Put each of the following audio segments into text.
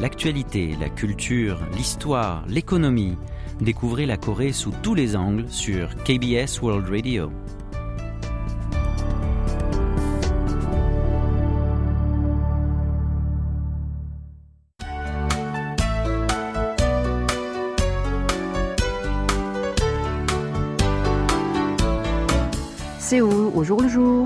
l'actualité, la culture, l'histoire, l'économie. Découvrez la Corée sous tous les angles sur KBS World Radio. Séoul au jour le jour.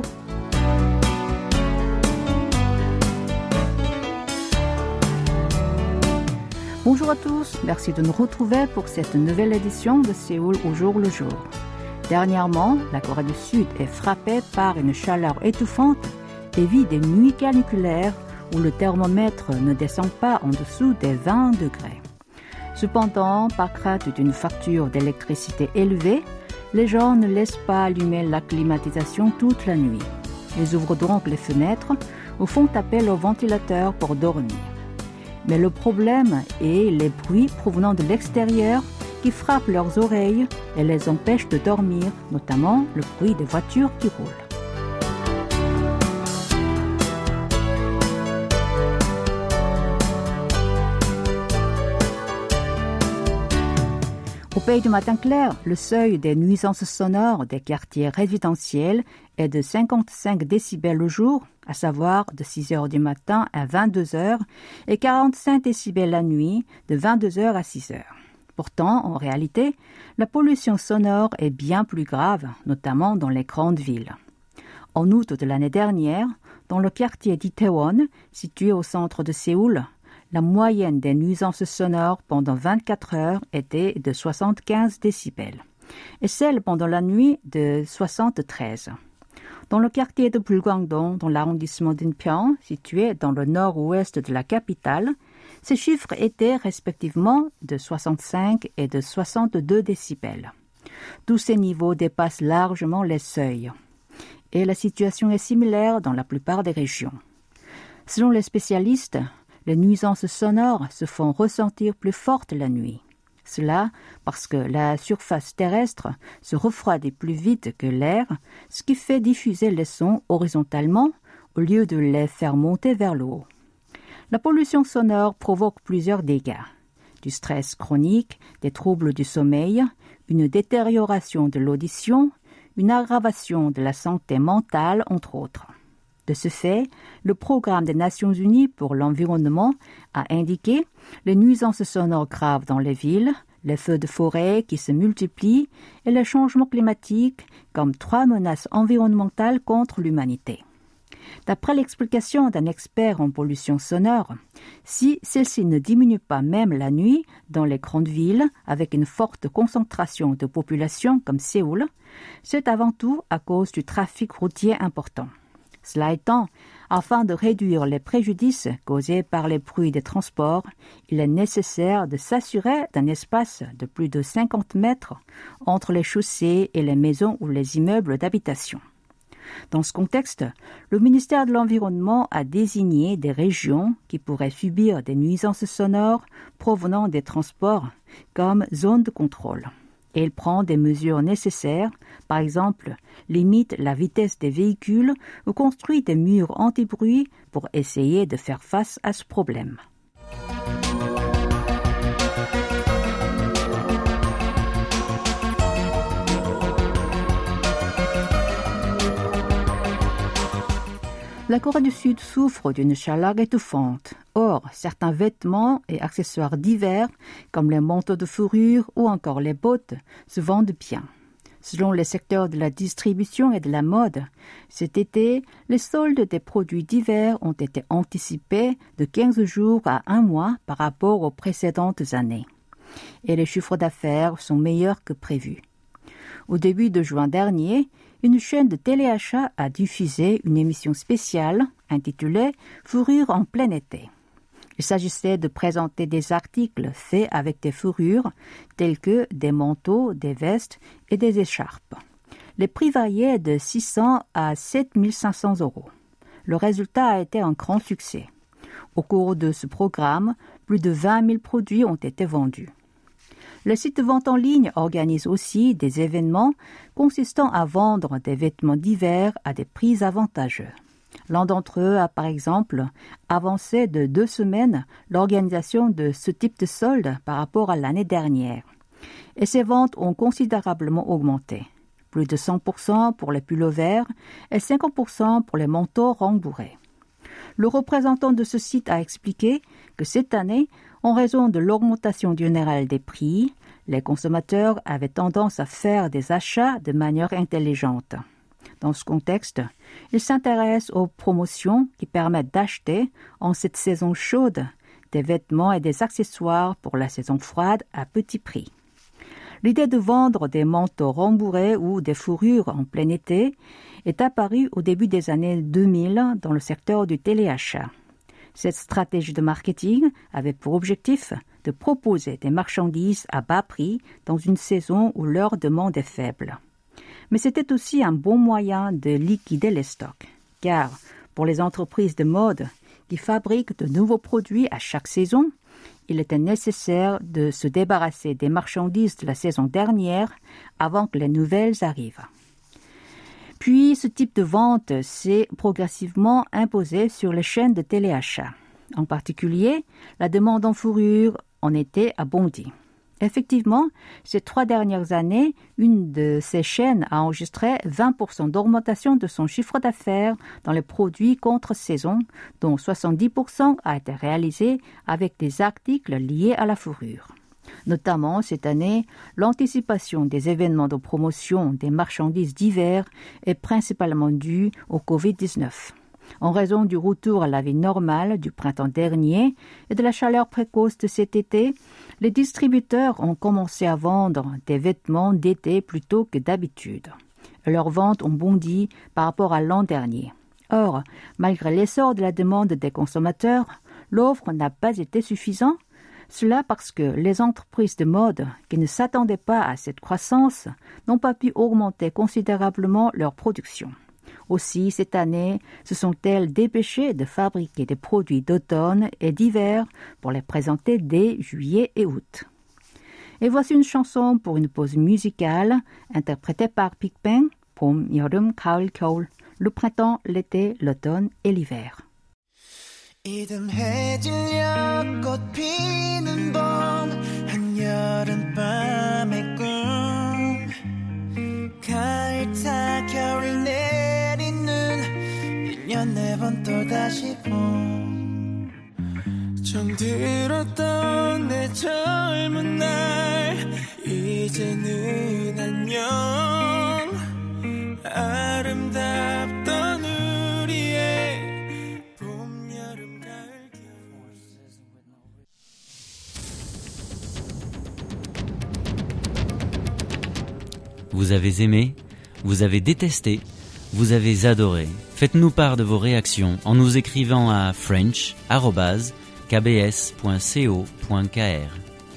Bonjour à tous, merci de nous retrouver pour cette nouvelle édition de Séoul au jour le jour. Dernièrement, la Corée du Sud est frappée par une chaleur étouffante et vit des nuits caniculaires où le thermomètre ne descend pas en dessous des 20 degrés. Cependant, par crainte d'une facture d'électricité élevée, les gens ne laissent pas allumer la climatisation toute la nuit. Ils ouvrent donc les fenêtres ou font appel au ventilateur pour dormir. Mais le problème est les bruits provenant de l'extérieur qui frappent leurs oreilles et les empêchent de dormir, notamment le bruit des voitures qui roulent. Au pays du matin clair, le seuil des nuisances sonores des quartiers résidentiels est de 55 décibels le jour, à savoir de 6 heures du matin à 22 heures, et 45 décibels la nuit, de 22 heures à 6 heures. Pourtant, en réalité, la pollution sonore est bien plus grave, notamment dans les grandes villes. En août de l'année dernière, dans le quartier d'Itaewon, situé au centre de Séoul, la moyenne des nuisances sonores pendant 24 heures était de 75 décibels, et celle pendant la nuit de 73. Dans le quartier de Bulgangdong, dans l'arrondissement d'Inpyeong, situé dans le nord-ouest de la capitale, ces chiffres étaient respectivement de 65 et de 62 décibels. Tous ces niveaux dépassent largement les seuils. Et la situation est similaire dans la plupart des régions. Selon les spécialistes, les nuisances sonores se font ressentir plus fortes la nuit. Cela parce que la surface terrestre se refroidit plus vite que l'air, ce qui fait diffuser les sons horizontalement au lieu de les faire monter vers le haut. La pollution sonore provoque plusieurs dégâts. Du stress chronique, des troubles du sommeil, une détérioration de l'audition, une aggravation de la santé mentale, entre autres. De ce fait, le Programme des Nations Unies pour l'environnement a indiqué les nuisances sonores graves dans les villes, les feux de forêt qui se multiplient et les changements climatiques comme 3 menaces environnementales contre l'humanité. D'après l'explication d'un expert en pollution sonore, si celle-ci ne diminue pas même la nuit dans les grandes villes avec une forte concentration de population comme Séoul, c'est avant tout à cause du trafic routier important. Cela étant, afin de réduire les préjudices causés par les bruits des transports, il est nécessaire de s'assurer d'un espace de plus de 50 mètres entre les chaussées et les maisons ou les immeubles d'habitation. Dans ce contexte, le ministère de l'Environnement a désigné des régions qui pourraient subir des nuisances sonores provenant des transports comme zone de contrôle. Et il prend des mesures nécessaires, par exemple, limite la vitesse des véhicules ou construit des murs anti-bruit pour essayer de faire face à ce problème. La Corée du Sud souffre d'une chaleur étouffante. Or, certains vêtements et accessoires d'hiver, comme les manteaux de fourrure ou encore les bottes, se vendent bien. Selon les secteurs de la distribution et de la mode, cet été, les soldes des produits d'hiver ont été anticipés de 15 jours à 1 mois par rapport aux précédentes années. Et les chiffres d'affaires sont meilleurs que prévu. Au début de juin dernier, une chaîne de téléachat a diffusé une émission spéciale intitulée « Fourrure en plein été ». Il s'agissait de présenter des articles faits avec des fourrures tels que des manteaux, des vestes et des écharpes. Les prix variaient de 600 à 7 500 €. Le résultat a été un grand succès. Au cours de ce programme, plus de 20 000 produits ont été vendus. Le site de vente en ligne organise aussi des événements consistant à vendre des vêtements d'hiver à des prix avantageux. L'un d'entre eux a par exemple avancé de 2 semaines l'organisation de ce type de solde par rapport à l'année dernière. Et ses ventes ont considérablement augmenté. Plus de 100% pour les pullovers et 50% pour les manteaux rembourrés. Le représentant de ce site a expliqué que cette année, en raison de l'augmentation générale des prix, les consommateurs avaient tendance à faire des achats de manière intelligente. Dans ce contexte, il s'intéresse aux promotions qui permettent d'acheter, en cette saison chaude, des vêtements et des accessoires pour la saison froide à petit prix. L'idée de vendre des manteaux rembourrés ou des fourrures en plein été est apparue au début des années 2000 dans le secteur du téléachat. Cette stratégie de marketing avait pour objectif de proposer des marchandises à bas prix dans une saison où leur demande est faible. Mais c'était aussi un bon moyen de liquider les stocks, car pour les entreprises de mode qui fabriquent de nouveaux produits à chaque saison, il était nécessaire de se débarrasser des marchandises de la saison dernière avant que les nouvelles arrivent. Puis, ce type de vente s'est progressivement imposé sur les chaînes de téléachat. En particulier, la demande en fourrure en été a bondi. Effectivement, ces 3 dernières années, une de ces chaînes a enregistré 20% d'augmentation de son chiffre d'affaires dans les produits contre-saison, dont 70% a été réalisé avec des articles liés à la fourrure. Notamment, cette année, l'anticipation des événements de promotion des marchandises d'hiver est principalement due au Covid-19. En raison du retour à la vie normale du printemps dernier et de la chaleur précoce de cet été, les distributeurs ont commencé à vendre des vêtements d'été plutôt que d'habitude. Leurs ventes ont bondi par rapport à l'an dernier. Or, malgré l'essor de la demande des consommateurs, l'offre n'a pas été suffisante. Cela parce que les entreprises de mode qui ne s'attendaient pas à cette croissance n'ont pas pu augmenter considérablement leur production. Aussi, cette année, se sont-elles dépêchées de fabriquer des produits d'automne et d'hiver pour les présenter dès juillet et août. Et voici une chanson pour une pause musicale interprétée par Big Bang, 봄, 여름, 가을, 겨울, le printemps, l'été, l'automne et l'hiver. 이듬해질녘 꽃 피는 봄 한여름밤의 꿈 가을 타 겨울 내린 눈 1년 4번 또다시 봄 정들었던 내 젊은 날 이제는 안녕 아름답던 우리의 봄 여름 가을 겨울 Vous avez aimé, vous avez détesté, vous avez adoré. Faites-nous part de vos réactions en nous écrivant à french@kbs.co.kr.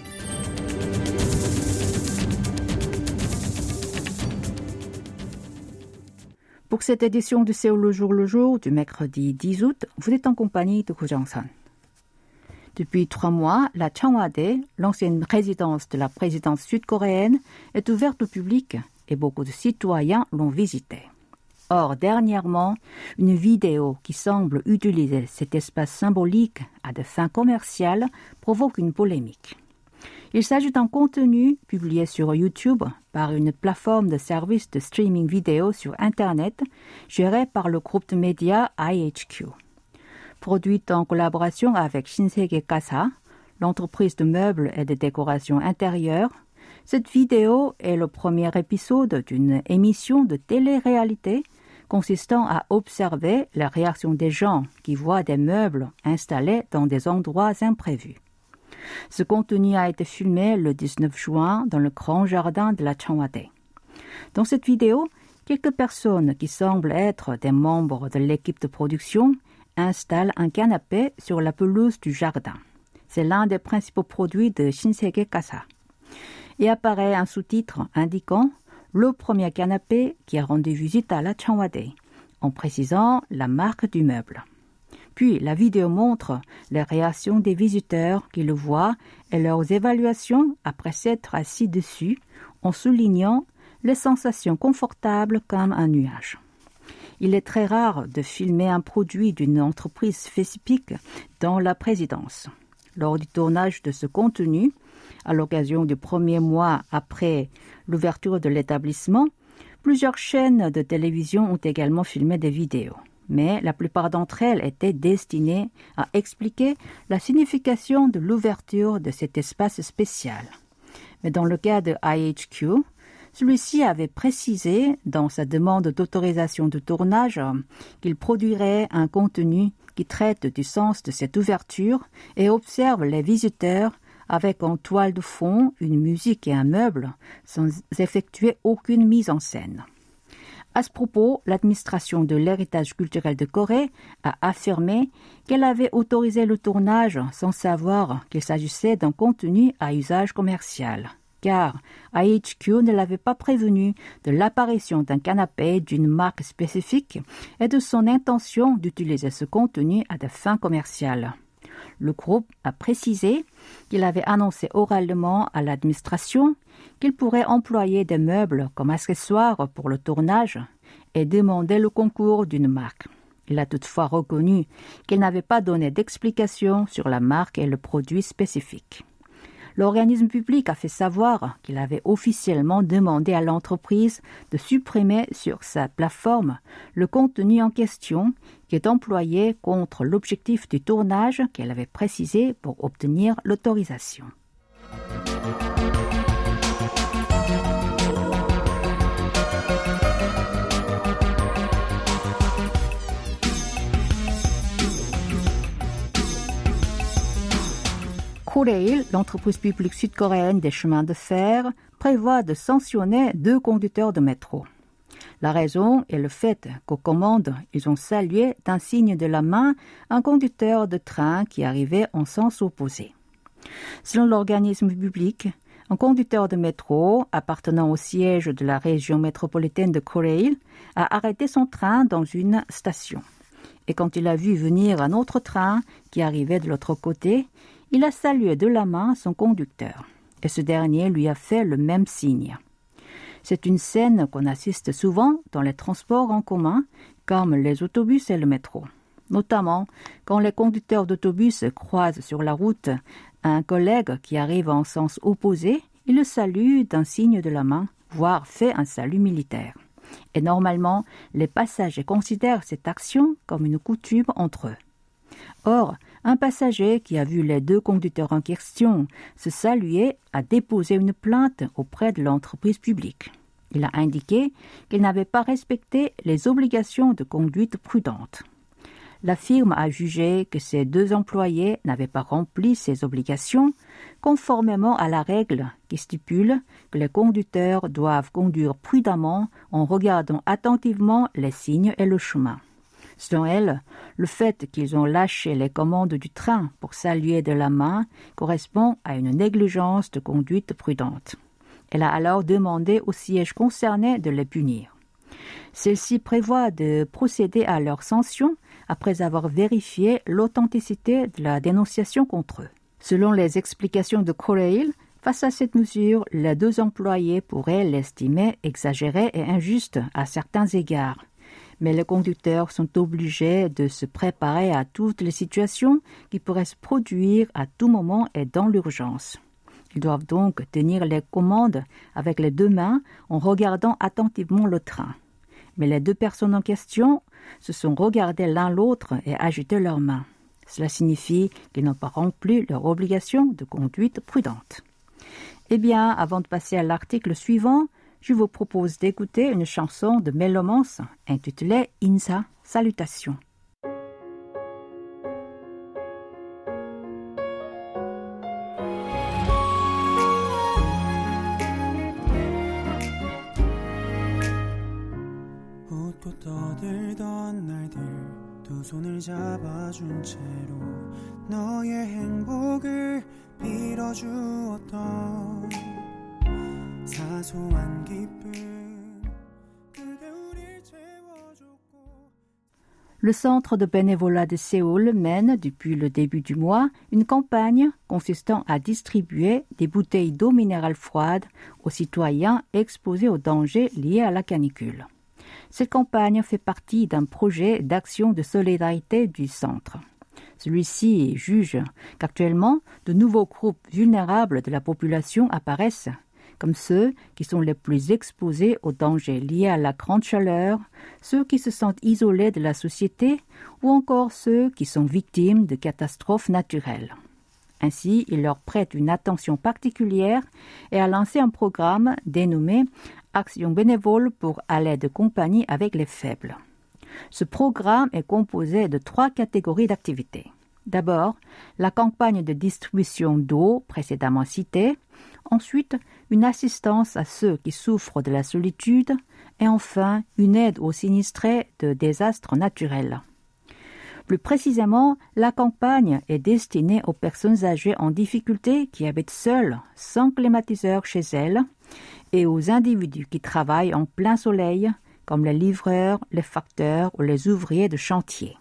Pour cette édition du Séoul le jour du mercredi 10 août, vous êtes en compagnie de Ko Jong-sun. Depuis 3 mois, la Cheongwade, l'ancienne résidence de la présidence sud-coréenne, est ouverte au public et beaucoup de citoyens l'ont visitée. Or, dernièrement, une vidéo qui semble utiliser cet espace symbolique à des fins commerciales provoque une polémique. Il s'agit d'un contenu publié sur YouTube par une plateforme de service de streaming vidéo sur Internet gérée par le groupe de médias IHQ. Produite en collaboration avec Shinsegae Kasa, l'entreprise de meubles et de décoration intérieure, cette vidéo est le premier épisode d'une émission de télé-réalité consistant à observer la réaction des gens qui voient des meubles installés dans des endroits imprévus. Ce contenu a été filmé le 19 juin dans le grand jardin de la Cheongwade. Dans cette vidéo, quelques personnes qui semblent être des membres de l'équipe de production installent un canapé sur la pelouse du jardin. C'est l'un des principaux produits de Shinsegae Kasa. Et apparaît un sous-titre indiquant le premier canapé qui a rendu visite à la Cheongwade, en précisant la marque du meuble. Puis la vidéo montre les réactions des visiteurs qui le voient et leurs évaluations après s'être assis dessus, en soulignant les sensations confortables comme un nuage. Il est très rare de filmer un produit d'une entreprise spécifique dans la présidence. Lors du tournage de ce contenu, à l'occasion du premier mois après l'ouverture de l'établissement, plusieurs chaînes de télévision ont également filmé des vidéos. Mais la plupart d'entre elles étaient destinées à expliquer la signification de l'ouverture de cet espace spécial. Mais dans le cas de IHQ, celui-ci avait précisé dans sa demande d'autorisation de tournage qu'il produirait un contenu qui traite du sens de cette ouverture et observe les visiteurs avec en toile de fond une musique et un meuble sans effectuer aucune mise en scène. À ce propos, l'administration de l'héritage culturel de Corée a affirmé qu'elle avait autorisé le tournage sans savoir qu'il s'agissait d'un contenu à usage commercial, car IHQ ne l'avait pas prévenu de l'apparition d'un canapé d'une marque spécifique et de son intention d'utiliser ce contenu à des fins commerciales. Le groupe a précisé qu'il avait annoncé oralement à l'administration qu'il pourrait employer des meubles comme accessoires pour le tournage et demander le concours d'une marque. Il a toutefois reconnu qu'il n'avait pas donné d'explication sur la marque et le produit spécifique. L'organisme public a fait savoir qu'il avait officiellement demandé à l'entreprise de supprimer sur sa plateforme le contenu en question qui est employé contre l'objectif du tournage qu'elle avait précisé pour obtenir l'autorisation. Korail, l'entreprise publique sud-coréenne des chemins de fer, prévoit de sanctionner 2 conducteurs de métro. La raison est le fait qu'aux commandes, ils ont salué d'un signe de la main un conducteur de train qui arrivait en sens opposé. Selon l'organisme public, un conducteur de métro appartenant au siège de la région métropolitaine de Korail a arrêté son train dans une station. Et quand il a vu venir un autre train qui arrivait de l'autre côté, il a salué de la main son conducteur, et ce dernier lui a fait le même signe. C'est une scène qu'on assiste souvent dans les transports en commun, comme les autobus et le métro. Notamment quand les conducteurs d'autobus croisent sur la route un collègue qui arrive en sens opposé, il le salue d'un signe de la main, voire fait un salut militaire. Et normalement, les passagers considèrent cette action comme une coutume entre eux. Or, un passager qui a vu les 2 conducteurs en question se saluer a déposé une plainte auprès de l'entreprise publique. Il a indiqué qu'il n'avait pas respecté les obligations de conduite prudente. La firme a jugé que ces 2 employés n'avaient pas rempli ces obligations conformément à la règle qui stipule que les conducteurs doivent conduire prudemment en regardant attentivement les signes et le chemin. Selon elle, le fait qu'ils ont lâché les commandes du train pour saluer de la main correspond à une négligence de conduite prudente. Elle a alors demandé au siège concerné de les punir. Celle-ci prévoit de procéder à leur sanction après avoir vérifié l'authenticité de la dénonciation contre eux. Selon les explications de Korail, face à cette mesure, les 2 employés pourraient l'estimer exagérée et injuste à certains égards. Mais les conducteurs sont obligés de se préparer à toutes les situations qui pourraient se produire à tout moment et dans l'urgence. Ils doivent donc tenir les commandes avec les 2 mains en regardant attentivement le train. Mais les 2 personnes en question se sont regardées l'un l'autre et agité leurs mains. Cela signifie qu'ils n'ont pas rempli leur obligation de conduite prudente. Eh bien, avant de passer à l'article suivant, je vous propose d'écouter une chanson de Melomance intitulée Insa, Salutation. 웃고 떠들던 날들 두 손을 잡아준 채로 너의 행복을 빌어주었던 사소한 기쁨 그대 우릴 채워줬고. Le centre de bénévolat de Séoul mène, depuis le début du mois, une campagne consistant à distribuer des bouteilles d'eau minérale froide aux citoyens exposés aux dangers liés à la canicule. Cette campagne fait partie d'un projet d'action de solidarité du centre. Celui-ci juge qu'actuellement, de nouveaux groupes vulnérables de la population apparaissent, comme ceux qui sont les plus exposés aux dangers liés à la grande chaleur, ceux qui se sentent isolés de la société ou encore ceux qui sont victimes de catastrophes naturelles. Ainsi, il leur prête une attention particulière et a lancé un programme dénommé « Action bénévole pour aller de compagnie avec les faibles ». Ce programme est composé de 3 catégories d'activités. D'abord, la campagne de distribution d'eau précédemment citée, ensuite une assistance à ceux qui souffrent de la solitude et enfin une aide aux sinistrés de désastres naturels. Plus précisément, la campagne est destinée aux personnes âgées en difficulté qui habitent seules, sans climatiseur chez elles, et aux individus qui travaillent en plein soleil, comme les livreurs, les facteurs ou les ouvriers de chantier.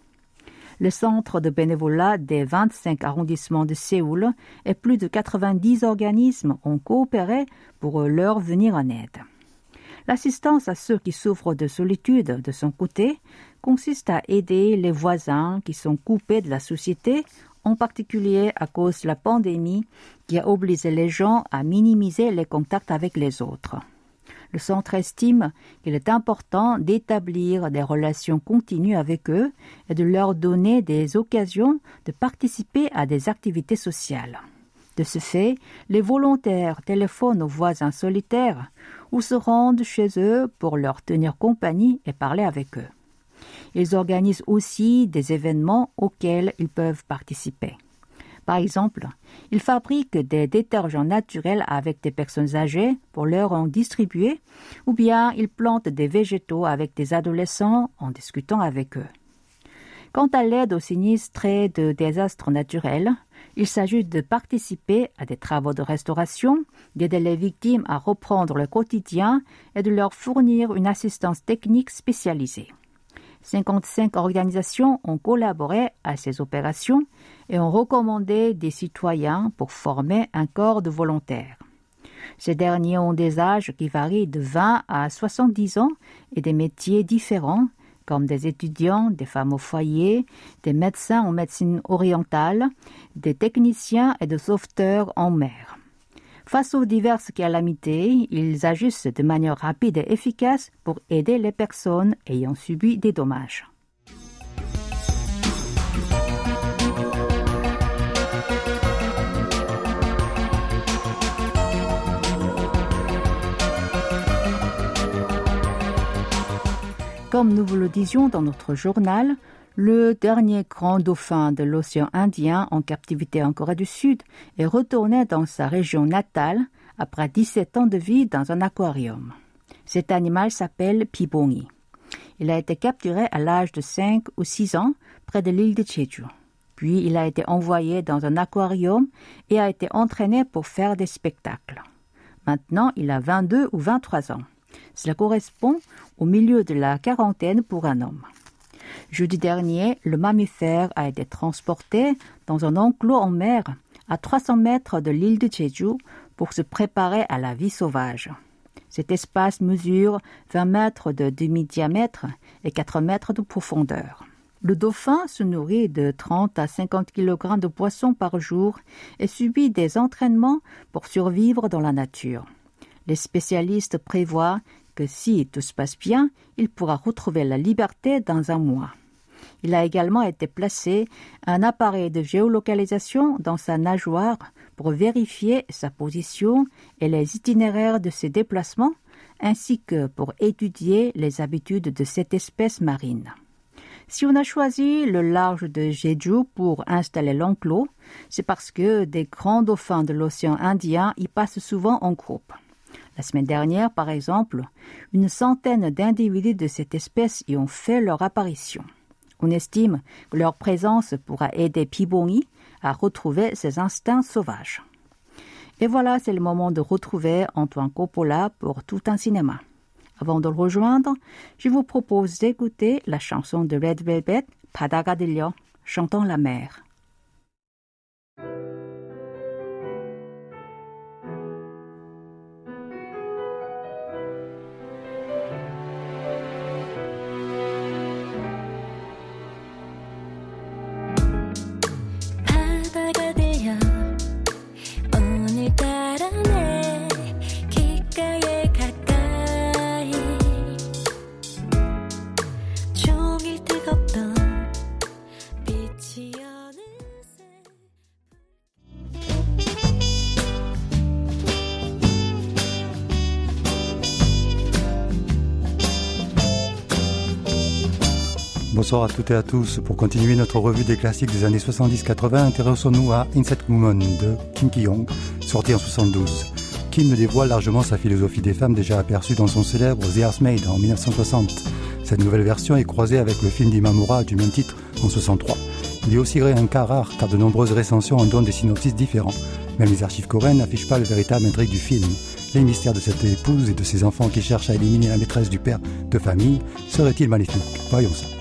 Le centre de bénévolat des 25 arrondissements de Séoul et plus de 90 organismes ont coopéré pour leur venir en aide. L'assistance à ceux qui souffrent de solitude, de son côté, consiste à aider les voisins qui sont coupés de la société, en particulier à cause de la pandémie qui a obligé les gens à minimiser les contacts avec les autres. Le centre estime qu'il est important d'établir des relations continues avec eux et de leur donner des occasions de participer à des activités sociales. De ce fait, les volontaires téléphonent aux voisins solitaires ou se rendent chez eux pour leur tenir compagnie et parler avec eux. Ils organisent aussi des événements auxquels ils peuvent participer. Par exemple, ils fabriquent des détergents naturels avec des personnes âgées pour leur en distribuer, ou bien ils plantent des végétaux avec des adolescents en discutant avec eux. Quant à l'aide aux sinistrés de désastres naturels, il s'agit de participer à des travaux de restauration, d'aider les victimes à reprendre le quotidien et de leur fournir une assistance technique spécialisée. 55 organisations ont collaboré à ces opérations et ont recommandé des citoyens pour former un corps de volontaires. Ces derniers ont des âges qui varient de 20 à 70 ans et des métiers différents, comme des étudiants, des femmes au foyer, des médecins en médecine orientale, des techniciens et des sauveteurs en mer. Face aux diverses calamités, ils agissent de manière rapide et efficace pour aider les personnes ayant subi des dommages. Comme nous vous le disions dans notre journal, le dernier grand dauphin de l'océan Indien en captivité en Corée du Sud est retourné dans sa région natale après 17 ans de vie dans un aquarium. Cet animal s'appelle Pibongi. Il a été capturé à l'âge de 5 ou 6 ans près de l'île de Jeju. Puis il a été envoyé dans un aquarium et a été entraîné pour faire des spectacles. Maintenant, il a 22 ou 23 ans. Cela correspond au milieu de la quarantaine pour un homme. Jeudi dernier, le mammifère a été transporté dans un enclos en mer à 300 mètres de l'île de Jeju pour se préparer à la vie sauvage. Cet espace mesure 20 mètres de demi-diamètre et 4 mètres de profondeur. Le dauphin se nourrit de 30 à 50 kg de poissons par jour et subit des entraînements pour survivre dans la nature. Les spécialistes prévoient que si tout se passe bien, il pourra retrouver la liberté dans un mois. Il a également été placé un appareil de géolocalisation dans sa nageoire pour vérifier sa position et les itinéraires de ses déplacements, ainsi que pour étudier les habitudes de cette espèce marine. Si on a choisi le large de Jeju pour installer l'enclos, c'est parce que des grands dauphins de l'océan Indien y passent souvent en groupe. La semaine dernière, par exemple, une centaine d'individus de cette espèce y ont fait leur apparition. On estime que leur présence pourra aider Pibongi à retrouver ses instincts sauvages. Et voilà, c'est le moment de retrouver Antoine Coppola pour Tout un cinéma. Avant de le rejoindre, je vous propose d'écouter la chanson de Red Velvet, 바다가 들려, chantant la mer. Bonsoir à toutes et à tous. Pour continuer notre revue des classiques des années 70-80, intéressons-nous à Insect Woman de Kim Ki-young, sorti en 72. Kim dévoile largement sa philosophie des femmes déjà aperçue dans son célèbre The Housemaid en 1960. Cette nouvelle version est croisée avec le film d'Imamura du même titre en 63. Il est aussi un cas rare car de nombreuses recensions en donnent des synopsis différents. Même les archives coréennes n'affichent pas le véritable intrigue du film. Les mystères de cette épouse et de ses enfants qui cherchent à éliminer la maîtresse du père de famille seraient-ils maléfiques? Voyons ça.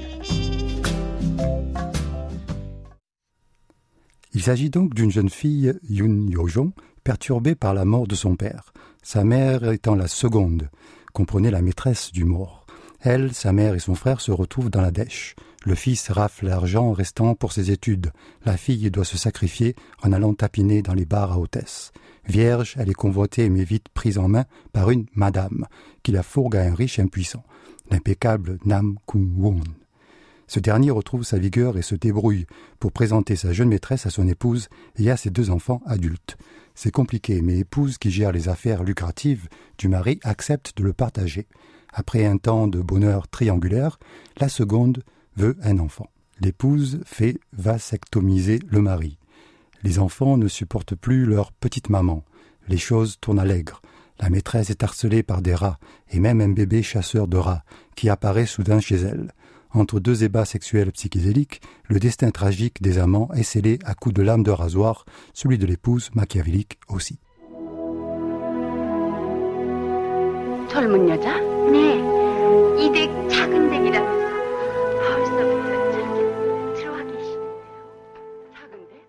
Il s'agit donc d'une jeune fille, Yoon Yo-jong, perturbée par la mort de son père, sa mère étant la seconde, comprenait la maîtresse du mort. Elle, sa mère et son frère se retrouvent dans la dèche. Le fils rafle l'argent restant pour ses études. La fille doit se sacrifier en allant tapiner dans les bars à hôtesse. Vierge, elle est convoitée mais vite prise en main par une madame, qui la fourgue à un riche impuissant, l'impeccable Nam Kung-won. Ce dernier retrouve sa vigueur et se débrouille pour présenter sa jeune maîtresse à son épouse et à ses 2 enfants adultes. C'est compliqué, mais l'épouse qui gère les affaires lucratives du mari accepte de le partager. Après un temps de bonheur triangulaire, la seconde veut un enfant. L'épouse fait vasectomiser le mari. Les enfants ne supportent plus leur petite maman. Les choses tournent à l'aigre. La maîtresse est harcelée par des rats, et même un bébé chasseur de rats, qui apparaît soudain chez elle. Entre 2 ébats sexuels psychédéliques, le destin tragique des amants est scellé à coups de lame de rasoir, celui de l'épouse machiavélique aussi. 젊은 여자? 네, 이 댁 작은 댁이라면서 벌써부터 저렇게 들어와 계시는데요. 작은 댁?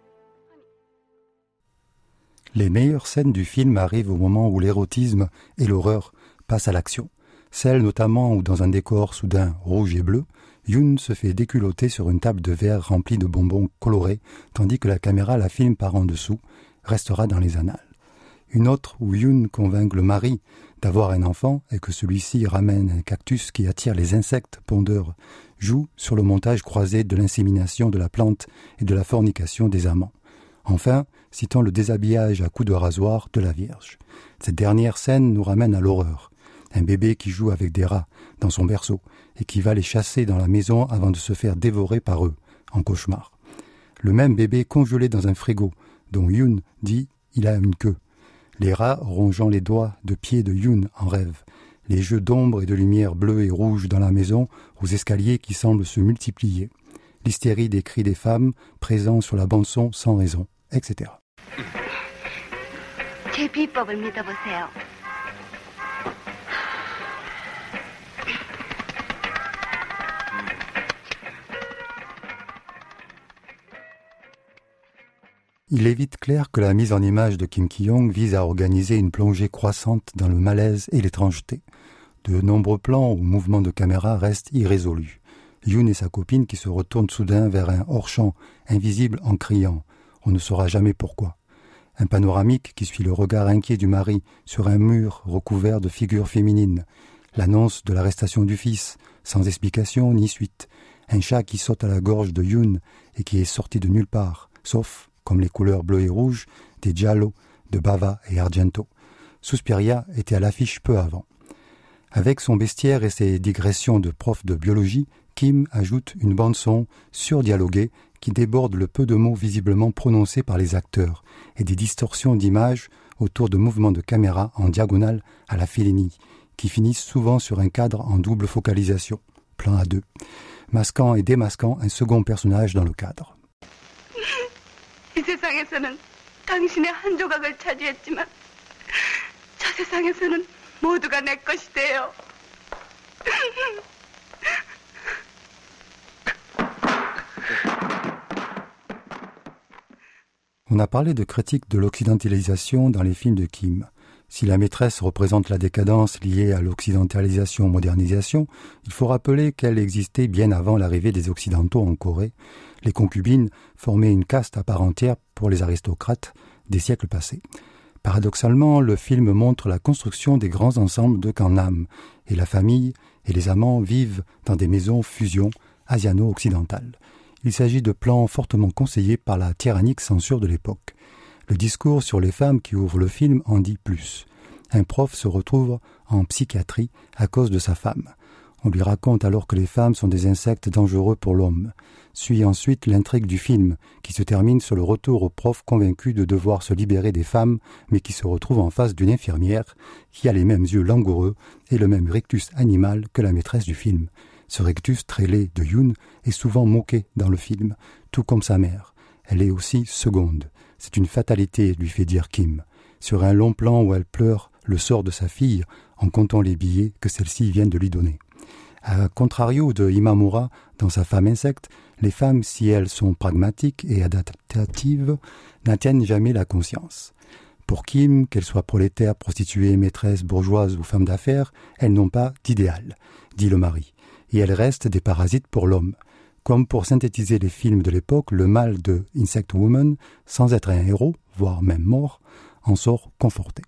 Les meilleures scènes du film arrivent au moment où l'érotisme et l'horreur passent à l'action. Celle notamment où, dans un décor soudain rouge et bleu, Yoon se fait déculotter sur une table de verre remplie de bonbons colorés, tandis que la caméra la filme par en dessous, restera dans les annales. Une autre où Yoon convainc le mari d'avoir un enfant et que celui-ci ramène un cactus qui attire les insectes pondeurs, joue sur le montage croisé de l'insémination de la plante et de la fornication des amants. Enfin, citons le déshabillage à coups de rasoir de la Vierge. Cette dernière scène nous ramène à l'horreur. Un bébé qui joue avec des rats dans son berceau et qui va les chasser dans la maison avant de se faire dévorer par eux, en cauchemar. Le même bébé congelé dans un frigo, dont Yoon dit « il a une queue ». Les rats rongeant les doigts de pied de Yoon en rêve. Les jeux d'ombre et de lumière bleue et rouge dans la maison, aux escaliers qui semblent se multiplier. L'hystérie des cris des femmes, présents sur la bande-son sans raison, etc. 제 비법을 믿어보세요. Il est vite clair que la mise en image de Kim Ki-young vise à organiser une plongée croissante dans le malaise et l'étrangeté. De nombreux plans ou mouvements de caméra restent irrésolus. Yoon et sa copine qui se retournent soudain vers un hors-champ invisible en criant. On ne saura jamais pourquoi. Un panoramique qui suit le regard inquiet du mari sur un mur recouvert de figures féminines. L'annonce de l'arrestation du fils, sans explication ni suite. Un chat qui saute à la gorge de Yoon et qui est sorti de nulle part, sauf comme les couleurs bleues et rouges, des giallo, de Bava et Argento. Suspiria était à l'affiche peu avant. Avec son bestiaire et ses digressions de prof de biologie, Kim ajoute une bande-son surdialoguée qui déborde le peu de mots visiblement prononcés par les acteurs et des distorsions d'images autour de mouvements de caméra en diagonale à la Fellini, qui finissent souvent sur un cadre en double focalisation, plan à 2, masquant et démasquant un second personnage dans le cadre. 이 세상에서는 당신의 한 조각을 차지했지만 저 세상에서는 모두가 내 것이 돼요. On a parlé de critique de l'occidentalisation dans les films de Kim. Si la maîtresse représente la décadence liée à l'occidentalisation-modernisation, il faut rappeler qu'elle existait bien avant l'arrivée des Occidentaux en Corée. Les concubines formaient une caste à part entière pour les aristocrates des siècles passés. Paradoxalement, le film montre la construction des grands ensembles de Gangnam, et la famille et les amants vivent dans des maisons fusion asiano-occidentales. Il s'agit de plans fortement conseillés par la tyrannique censure de l'époque. Le discours sur les femmes qui ouvre le film en dit plus. Un prof se retrouve en psychiatrie à cause de sa femme. On lui raconte alors que les femmes sont des insectes dangereux pour l'homme. Suit ensuite l'intrigue du film, qui se termine sur le retour au prof convaincu de devoir se libérer des femmes, mais qui se retrouve en face d'une infirmière qui a les mêmes yeux langoureux et le même rictus animal que la maîtresse du film. Ce rictus très laid de Yoon est souvent moqué dans le film, tout comme sa mère. Elle est aussi seconde. C'est une fatalité, lui fait dire Kim. Sur un long plan où elle pleure le sort de sa fille en comptant les billets que celle-ci vient de lui donner. À contrario de Imamura, dans sa femme insecte, les femmes, si elles sont pragmatiques et adaptatives, n'atteignent jamais la conscience. Pour Kim, qu'elles soient prolétaires, prostituées, maîtresses, bourgeoises ou femmes d'affaires, elles n'ont pas d'idéal, dit le mari, et elles restent des parasites pour l'homme. Comme pour synthétiser les films de l'époque, le mâle de Insect Woman, sans être un héros, voire même mort, en sort conforté.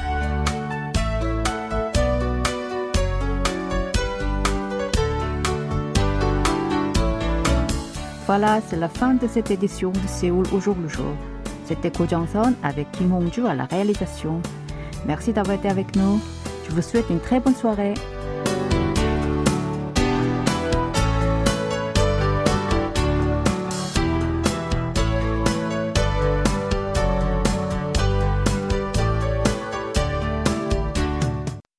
Voilà, c'est la fin de cette édition de Séoul au jour le jour. C'était Ko Jong-son avec Kim Hong-ju à la réalisation. Merci d'avoir été avec nous. Je vous souhaite une très bonne soirée.